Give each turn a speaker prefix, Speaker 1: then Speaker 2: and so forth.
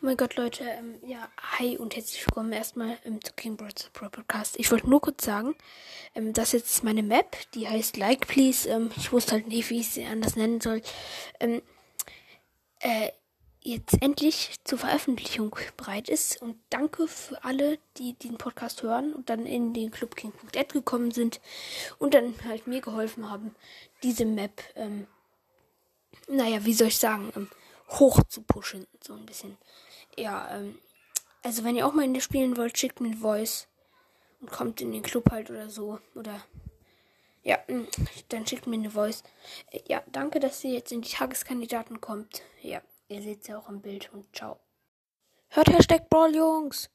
Speaker 1: Oh mein Gott, Leute, hi und herzlich willkommen erstmal zu King Brothers Pro Podcast. Ich wollte nur kurz sagen, das ist jetzt meine Map, die heißt Like Please. Ich wusste halt nicht, wie ich sie anders nennen soll. Jetzt endlich zur Veröffentlichung bereit ist. Und danke für alle, die den Podcast hören und dann in den Club King.at gekommen sind und dann halt mir geholfen haben, diese Map, wie soll ich sagen, hoch zu pushen, so ein bisschen. Ja, also wenn ihr auch mal in der spielen wollt, schickt mir eine Voice und kommt in den Club halt oder so. Oder ja, dann schickt mir eine Voice. Ja, danke, dass ihr jetzt in die Tageskandidaten kommt. Ja, ihr seht es ja auch am Bild und ciao. Hört Hashtag Brawl, Jungs!